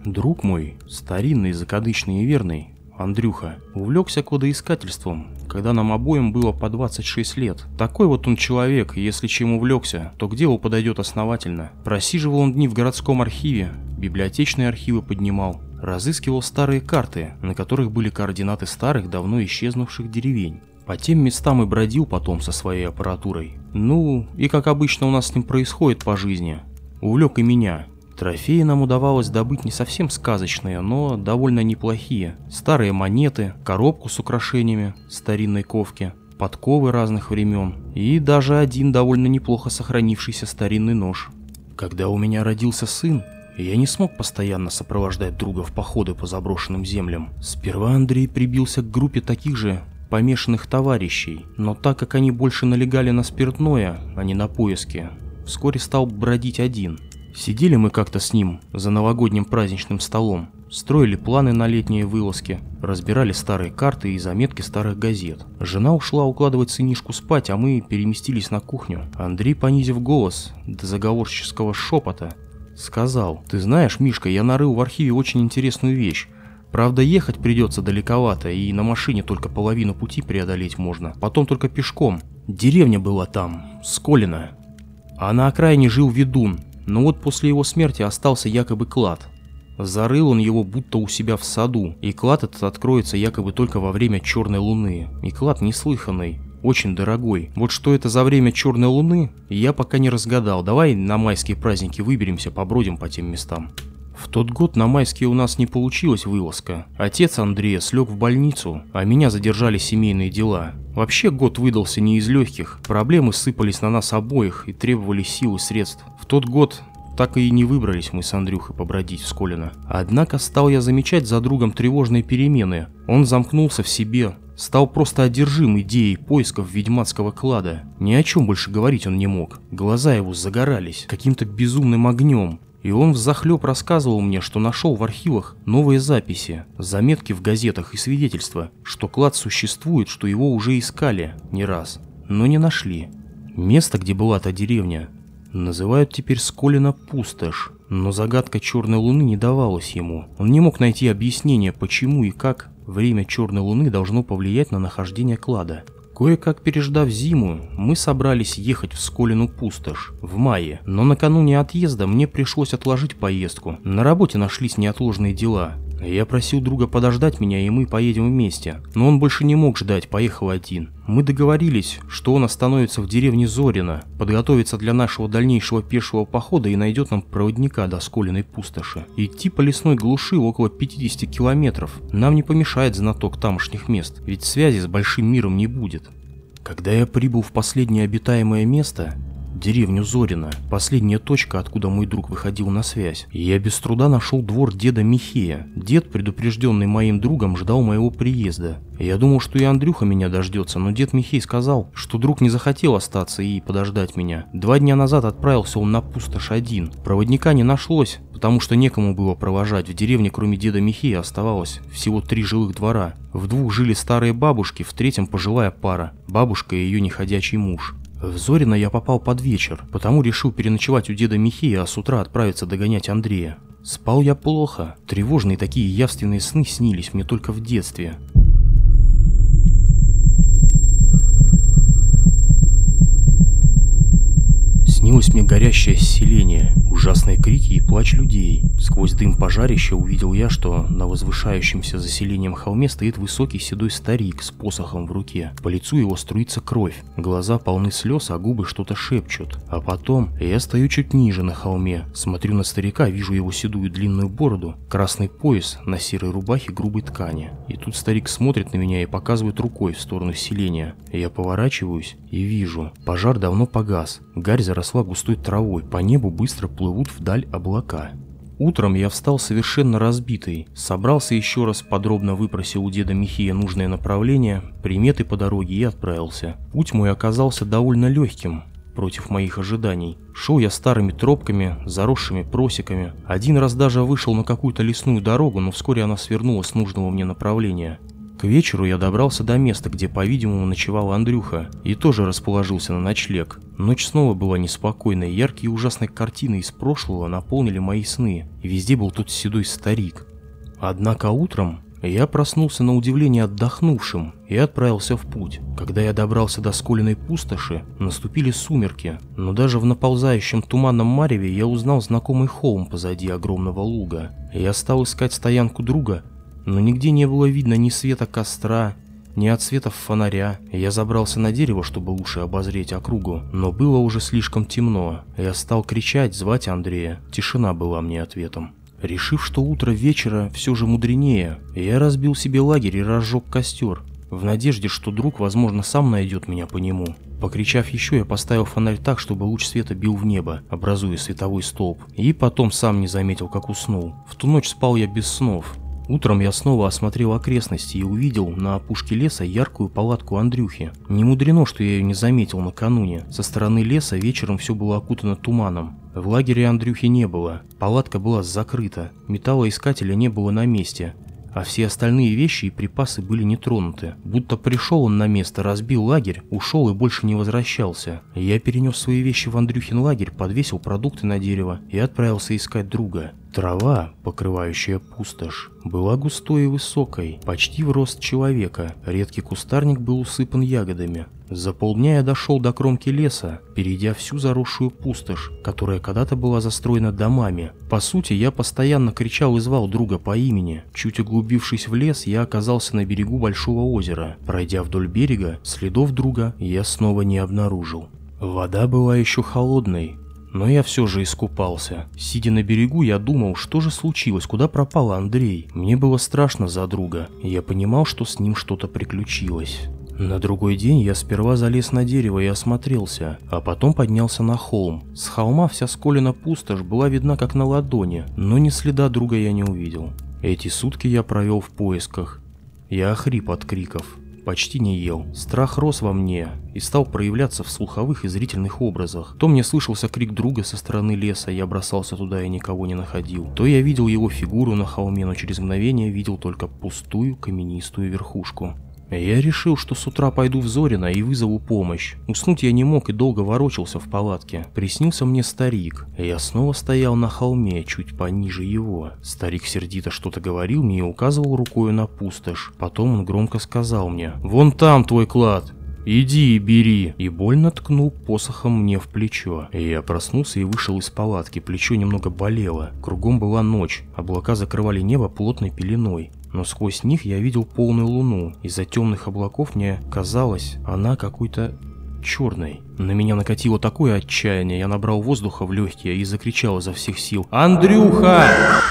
Друг мой, старинный, закадычный и верный, Андрюха, увлекся кладоискательством, когда нам обоим было по 26 лет. Такой вот он человек, и если чем увлекся, то к делу подойдет основательно. Просиживал он дни в городском архиве, библиотечные архивы поднимал, разыскивал старые карты, на которых были координаты старых, давно исчезнувших деревень. По тем местам и бродил потом со своей аппаратурой. Ну, и как обычно у нас с ним происходит по жизни, увлек и меня. Трофеи нам удавалось добыть не совсем сказочные, но довольно неплохие. Старые монеты, коробку с украшениями старинной ковки, подковы разных времен и даже один довольно неплохо сохранившийся старинный нож. Когда у меня родился сын, я не смог постоянно сопровождать друга в походы по заброшенным землям. Сперва Андрей прибился к группе таких же помешанных товарищей, но так как они больше налегали на спиртное, а не на поиски, вскоре стал бродить один. Сидели мы как-то с ним за новогодним праздничным столом, строили планы на летние вылазки, разбирали старые карты и заметки старых газет. Жена ушла укладывать сынишку спать, а мы переместились на кухню. Андрей, понизив голос до заговорческого шепота, сказал: «Ты знаешь, Мишка, я нарыл в архиве очень интересную вещь. Правда, ехать придется далековато, и на машине только половину пути преодолеть можно, потом только пешком. Деревня была там, Сколино, а на окраине жил ведун. Но вот после его смерти остался якобы клад. Зарыл он его будто у себя в саду, и клад этот откроется якобы только во время черной луны. И клад неслыханный, очень дорогой. Вот что это за время черной луны, я пока не разгадал. Давай на майские праздники выберемся, побродим по тем местам». В тот год на майские у нас не получилась вылазка. Отец Андрея слег в больницу, а меня задержали семейные дела. Вообще год выдался не из легких, проблемы сыпались на нас обоих и требовали сил и средств. В тот год так и не выбрались мы с Андрюхой побродить в Сколино. Однако стал я замечать за другом тревожные перемены. Он замкнулся в себе, стал просто одержим идеей поисков ведьмацкого клада. Ни о чем больше говорить он не мог. Глаза его загорались каким-то безумным огнем. И он взахлеб рассказывал мне, что нашел в архивах новые записи, заметки в газетах и свидетельства, что клад существует, что его уже искали не раз, но не нашли. Место, где была та деревня, называют теперь Сколино пустошь, но загадка черной луны не давалась ему. Он не мог найти объяснение, почему и как время черной луны должно повлиять на нахождение клада. Кое-как переждав зиму, мы собрались ехать в Сколину пустошь в мае, но накануне отъезда мне пришлось отложить поездку. На работе нашлись неотложные дела. Я просил друга подождать меня, и мы поедем вместе. Но он больше не мог ждать, поехал один. Мы договорились, что он остановится в деревне Зорино, подготовится для нашего дальнейшего пешего похода и найдет нам проводника до Сколиной пустоши. Идти по лесной глуши около 50 километров нам не помешает знаток тамошних мест, ведь связи с большим миром не будет. Когда я прибыл в последнее обитаемое место, деревню Зорино, последняя точка, откуда мой друг выходил на связь, я без труда нашел двор деда Михея. Дед, предупрежденный моим другом, ждал моего приезда. Я думал, что и Андрюха меня дождется, но дед Михей сказал, что друг не захотел остаться и подождать меня. 2 дня назад отправился он на пустошь один. Проводника не нашлось, потому что некому было провожать. В деревне, кроме деда Михея, оставалось всего 3 жилых двора. В 2 жили старые бабушки, в 3-м пожилая пара, бабушка и ее неходячий муж. В Зорино я попал под вечер, потому решил переночевать у деда Михея, а с утра отправиться догонять Андрея. Спал я плохо, тревожные такие явственные сны снились мне только в детстве. Снилось мне горящее селение, ужасные крики и плач людей. Сквозь дым пожарища увидел я, что на возвышающемся за селением холме стоит высокий седой старик с посохом в руке. По лицу его струится кровь, глаза полны слез, а губы что-то шепчут. А потом я стою чуть ниже на холме, смотрю на старика, вижу его седую длинную бороду, красный пояс на серой рубахе грубой ткани. И тут старик смотрит на меня и показывает рукой в сторону селения. Я поворачиваюсь и вижу, пожар давно погас, гарь заросла густой травой, по небу быстро плывут вдаль облака. Утром я встал совершенно разбитый, собрался еще раз, подробно выпросил у деда Михея нужное направление, приметы по дороге и отправился. Путь мой оказался довольно легким, против моих ожиданий. Шел я старыми тропками, заросшими просеками. Один раз даже вышел на какую-то лесную дорогу, но вскоре она свернула с нужного мне направления. К вечеру я добрался до места, где, по-видимому, ночевал Андрюха, и тоже расположился на ночлег. Ночь снова была неспокойной, яркие и ужасные картины из прошлого наполнили мои сны, и везде был тот седой старик. Однако утром я проснулся на удивление отдохнувшим и отправился в путь. Когда я добрался до Сколиной пустоши, наступили сумерки, но даже в наползающем туманном мареве я узнал знакомый холм позади огромного луга. Я стал искать стоянку друга, но нигде не было видно ни света костра, ни отсветов фонаря. Я забрался на дерево, чтобы лучше обозреть округу, но было уже слишком темно. Я стал кричать, звать Андрея. Тишина была мне ответом. Решив, что утро вечера все же мудренее, я разбил себе лагерь и разжег костер, в надежде, что друг, возможно, сам найдет меня по нему. Покричав еще, я поставил фонарь так, чтобы луч света бил в небо, образуя световой столб, и потом сам не заметил, как уснул. В ту ночь спал я без снов. Утром я снова осмотрел окрестности и увидел на опушке леса яркую палатку Андрюхи. Не мудрено, что я ее не заметил накануне. Со стороны леса вечером все было окутано туманом. В лагере Андрюхи не было. Палатка была закрыта. Металлоискателя не было на месте. А все остальные вещи и припасы были не тронуты. Будто пришел он на место, разбил лагерь, ушел и больше не возвращался. Я перенес свои вещи в Андрюхин лагерь, подвесил продукты на дерево и отправился искать друга. Трава, покрывающая пустошь, была густой и высокой, почти в рост человека. Редкий кустарник был усыпан ягодами. За полдня я дошел до кромки леса, перейдя всю заросшую пустошь, которая когда-то была застроена домами. По сути, я постоянно кричал и звал друга по имени. Чуть углубившись в лес, я оказался на берегу большого озера. Пройдя вдоль берега, следов друга я снова не обнаружил. Вода была еще холодной, но я все же искупался. Сидя на берегу, я думал, что же случилось, куда пропал Андрей. Мне было страшно за друга, и я понимал, что с ним что-то приключилось. На другой день я сперва залез на дерево и осмотрелся, а потом поднялся на холм. С холма вся Сколина пустошь была видна как на ладони, но ни следа друга я не увидел. Эти сутки я провел в поисках. Я охрип от криков. Почти не ел. Страх рос во мне и стал проявляться в слуховых и зрительных образах. То мне слышался крик друга со стороны леса, я бросался туда и никого не находил. То я видел его фигуру на холме, но через мгновение видел только пустую каменистую верхушку. Я решил, что с утра пойду в Зорино и вызову помощь. Уснуть я не мог и долго ворочался в палатке. Приснился мне старик. Я снова стоял на холме, чуть пониже его. Старик сердито что-то говорил мне и указывал рукой на пустошь. Потом он громко сказал мне: «Вон там твой клад! Иди и бери!» И больно ткнул посохом мне в плечо. Я проснулся и вышел из палатки. Плечо немного болело. Кругом была ночь. Облака закрывали небо плотной пеленой. Но сквозь них я видел полную луну. Из-за темных облаков мне казалось, она какой-то черной. На меня накатило такое отчаяние, я набрал воздуха в легкие и закричал изо всех сил: «Андрюха!»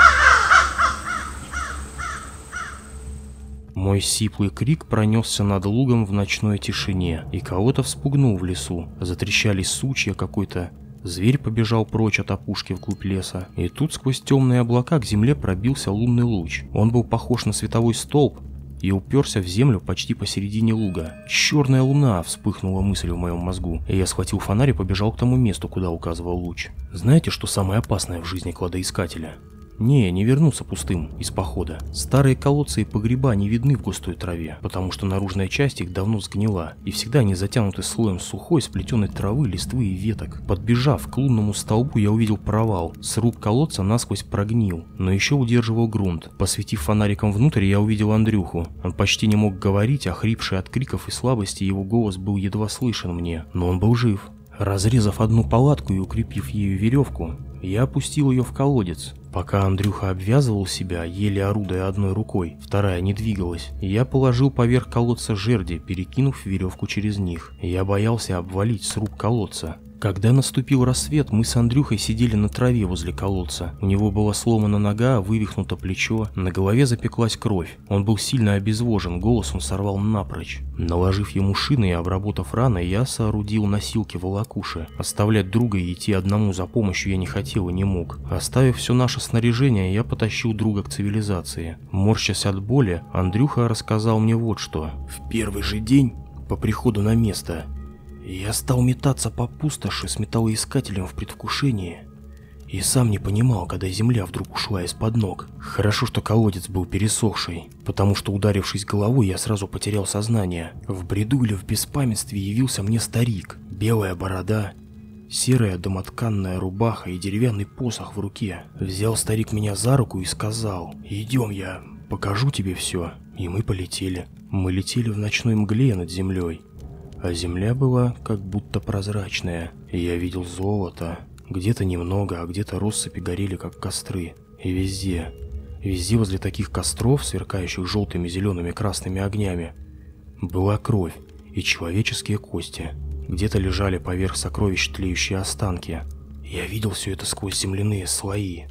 Мой сиплый крик пронесся над лугом в ночной тишине, и кого-то вспугнул в лесу. Затрещали сучья, какой-то зверь побежал прочь от опушки вглубь леса, и тут сквозь темные облака к земле пробился лунный луч. Он был похож на световой столб и уперся в землю почти посередине луга. «Черная луна!» — вспыхнула мысль в моем мозгу, и я схватил фонарь и побежал к тому месту, куда указывал луч. Знаете, что самое опасное в жизни кладоискателя? Не вернуться пустым из похода. Старые колодцы и погреба не видны в густой траве, потому что наружная часть их давно сгнила, и всегда они затянуты слоем сухой, сплетенной травы, листвы и веток. Подбежав к лунному столбу, я увидел провал. Сруб колодца насквозь прогнил, но еще удерживал грунт. Посветив фонариком внутрь, я увидел Андрюху. Он почти не мог говорить, охрипший от криков и слабости, его голос был едва слышен мне, но он был жив. Разрезав одну палатку и укрепив ею веревку, я опустил ее в колодец. Пока Андрюха обвязывал себя, еле орудуя одной рукой, вторая не двигалась, я положил поверх колодца жерди, перекинув веревку через них. Я боялся обвалить сруб колодца. Когда наступил рассвет, мы с Андрюхой сидели на траве возле колодца. У него была сломана нога, вывихнуто плечо, на голове запеклась кровь. Он был сильно обезвожен, голос он сорвал напрочь. Наложив ему шины и обработав раны, я соорудил носилки-волокуши. Оставлять друга и идти одному за помощью я не хотел и не мог. Оставив все наше снаряжение, я потащил друга к цивилизации. Морщась от боли, Андрюха рассказал мне вот что. В первый же день по приходу на место я стал метаться по пустоши с металлоискателем в предвкушении И сам не понимал, когда земля вдруг ушла из-под ног. Хорошо, что колодец был пересохший, потому что, ударившись головой, я сразу потерял сознание. В бреду или в беспамятстве явился мне старик. Белая борода, серая домотканная рубаха и деревянный посох в руке. Взял старик меня за руку и сказал: «Идем, я покажу тебе все». И мы полетели. Мы летели в ночной мгле над землей. А земля была как будто прозрачная. И я видел золото. Где-то немного, а где-то россыпи горели, как костры. И везде возле таких костров, сверкающих желтыми, зелеными, красными огнями, была кровь и человеческие кости. Где-то лежали поверх сокровищ тлеющие останки. Я видел все это сквозь земляные слои.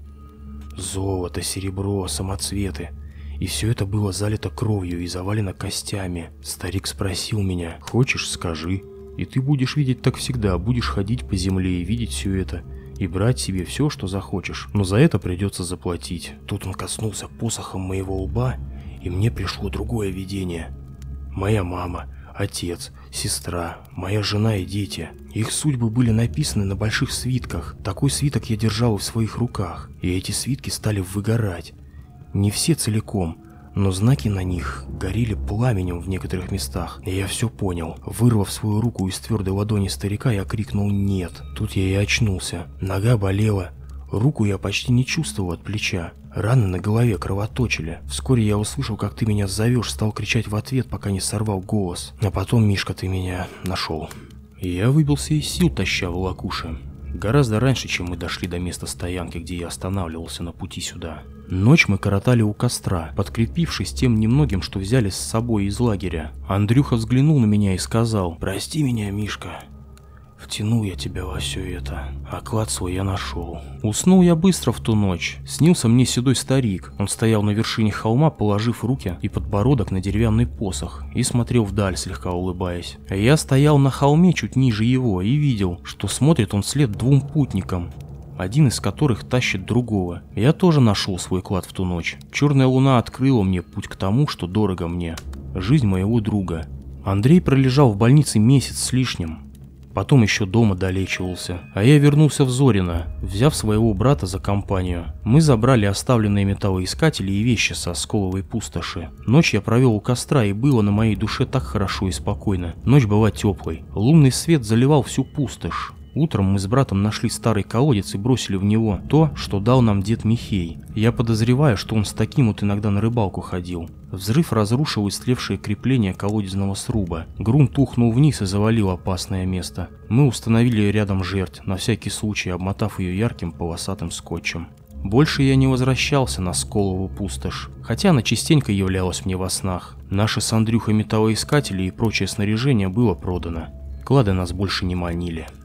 Золото, серебро, самоцветы. И все это было залито кровью и завалено костями. Старик спросил меня: «Хочешь, скажи, и ты будешь видеть так всегда, будешь ходить по земле и видеть все это, и брать себе все, что захочешь, но за это придется заплатить». Тут он коснулся посохом моего лба, и мне пришло другое видение. Моя мама, отец, сестра, моя жена и дети. Их судьбы были написаны на больших свитках. Такой свиток я держал в своих руках, и эти свитки стали выгорать. Не все целиком, но знаки на них горели пламенем в некоторых местах. И я все понял. Вырвав свою руку из твердой ладони старика, я крикнул «нет». Тут я и очнулся. Нога болела. Руку я почти не чувствовал от плеча. Раны на голове кровоточили. Вскоре я услышал, как ты меня зовешь, стал кричать в ответ, пока не сорвал голос. А потом, Мишка, ты меня нашел. И я выбился из сил, таща волокуши. Гораздо раньше, чем мы дошли до места стоянки, где я останавливался на пути сюда. Ночь мы коротали у костра, подкрепившись тем немногим, что взяли с собой из лагеря. Андрюха взглянул на меня и сказал: «Прости меня, Мишка. Втянул я тебя во все это, а клад свой я нашел». Уснул я быстро в ту ночь. Снился мне седой старик. Он стоял на вершине холма, положив руки и подбородок на деревянный посох, и смотрел вдаль, слегка улыбаясь. А я стоял на холме чуть ниже его и видел, что смотрит он вслед двум путникам, один из которых тащит другого. Я тоже нашел свой клад в ту ночь. Черная луна открыла мне путь к тому, что дорого мне. Жизнь моего друга. Андрей пролежал в больнице месяц с лишним. Потом еще дома долечивался. А я вернулся в Зорино, взяв своего брата за компанию. Мы забрали оставленные металлоискатели и вещи со Сколовой пустоши. Ночь я провел у костра, и было на моей душе так хорошо и спокойно. Ночь была теплой. Лунный свет заливал всю пустошь. Утром мы с братом нашли старый колодец и бросили в него то, что дал нам дед Михей. Я подозреваю, что он с таким вот иногда на рыбалку ходил. Взрыв разрушил истлевшее крепление колодезного сруба. Грунт ухнул вниз и завалил опасное место. Мы установили рядом жерть, на всякий случай обмотав ее ярким полосатым скотчем. Больше я не возвращался на Сколову пустошь, хотя она частенько являлась мне во снах. Наши с Андрюхой металлоискатели и прочее снаряжение было продано. Клады нас больше не манили.